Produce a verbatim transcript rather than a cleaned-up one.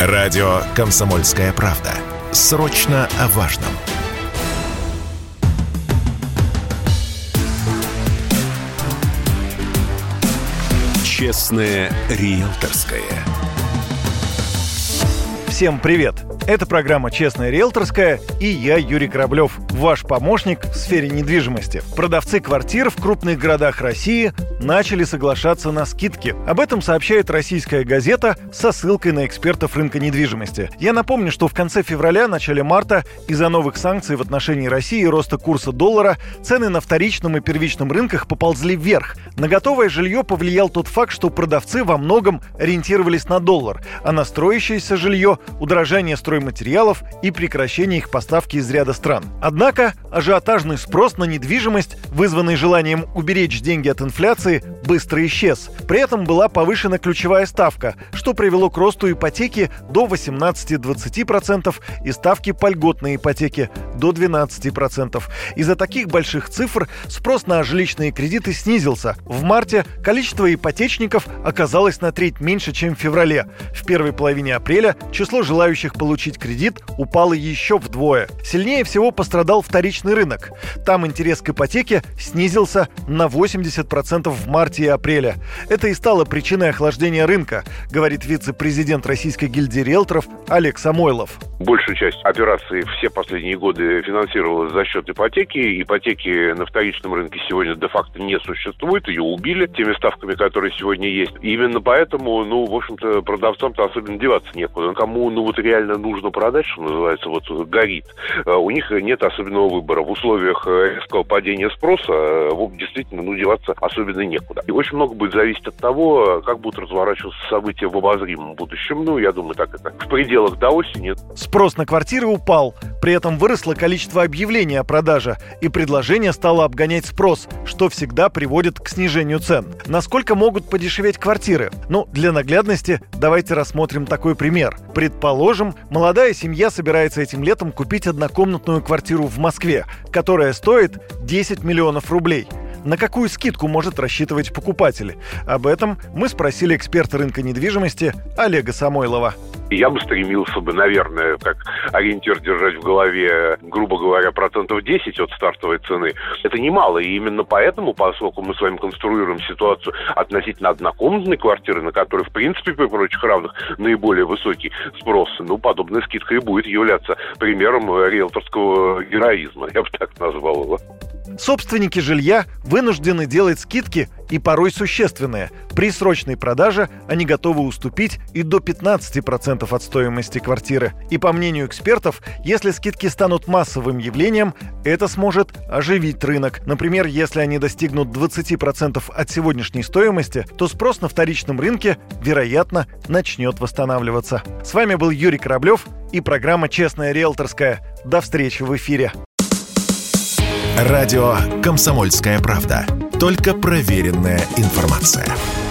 Радио «Комсомольская правда». Срочно о важном. Честное риэлторское. Всем привет! Это программа «Честная риэлторская» и я, Юрий Кораблев, ваш помощник в сфере недвижимости. Продавцы квартир в крупных городах России начали соглашаться на скидки. Об этом сообщает российская газета со ссылкой на экспертов рынка недвижимости. Я напомню, что в конце февраля, начале марта из-за новых санкций в отношении России и роста курса доллара цены на вторичном и первичном рынках поползли вверх. На готовое жилье повлиял тот факт, что продавцы во многом ориентировались на доллар, а на строящееся жилье – удорожание стройматериалов и прекращение их поставки из ряда стран. Однако ажиотажный спрос на недвижимость, вызванный желанием уберечь деньги от инфляции, быстро исчез. При этом была повышена ключевая ставка, что привело к росту ипотеки до восемнадцать-двадцать процентов и ставки по льготной ипотеке до двенадцать процентов. Из-за таких больших цифр спрос на жилищные кредиты снизился. В марте количество ипотечников оказалось на треть меньше, чем в феврале. В первой половине апреля число желающих получить кредит упало еще вдвое. Сильнее всего пострадал вторичный рынок. Там интерес к ипотеке снизился на восемьдесят процентов в марте и апреле. Это и стало причиной охлаждения рынка, говорит вице-президент Российской гильдии риэлторов Олег Самойлов. Большая часть операций все последние годы финансировалась за счет ипотеки. Ипотеки на вторичном рынке сегодня де-факто не существует, ее убили теми ставками, которые сегодня есть. И именно поэтому, ну, в общем-то, продавцам-то особенно деваться некуда. Кому, ну, вот реально нужно продать, что называется, вот горит, у них нет особенного выбора. В условиях резкого падения спроса действительно, ну, деваться особенно некуда. И очень много будет зависеть от того, как будут разворачиваться события в обозримом будущем. Ну, я думаю, так это в пределах до осени. Спрос на квартиры упал, при этом выросло количество объявлений о продаже, и предложение стало обгонять спрос, что всегда приводит к снижению цен. Насколько могут подешеветь квартиры? Ну, для наглядности давайте рассмотрим такой пример. Предположим, молодая семья собирается этим летом купить однокомнатную квартиру в Москве, которая стоит десять миллионов рублей. На какую скидку может рассчитывать покупатель? Об этом мы спросили эксперта рынка недвижимости Олега Самойлова. Я бы стремился бы, наверное, как ориентир держать в голове, грубо говоря, процентов десять от стартовой цены. Это немало, и именно поэтому, поскольку мы с вами конструируем ситуацию относительно однокомнатной квартиры, на которой, в принципе, при прочих равных, наиболее высокий спрос, ну, подобная скидка и будет являться примером риэлторского героизма, я бы так назвал его. Собственники жилья вынуждены делать скидки, и порой существенные. При срочной продаже они готовы уступить и до пятнадцать процентов от стоимости квартиры. И по мнению экспертов, если скидки станут массовым явлением, это сможет оживить рынок. Например, если они достигнут двадцать процентов от сегодняшней стоимости, то спрос на вторичном рынке, вероятно, начнет восстанавливаться. С вами был Юрий Кораблев и программа «Честная риэлторская». До встречи в эфире. Радио «Комсомольская правда». Только проверенная информация.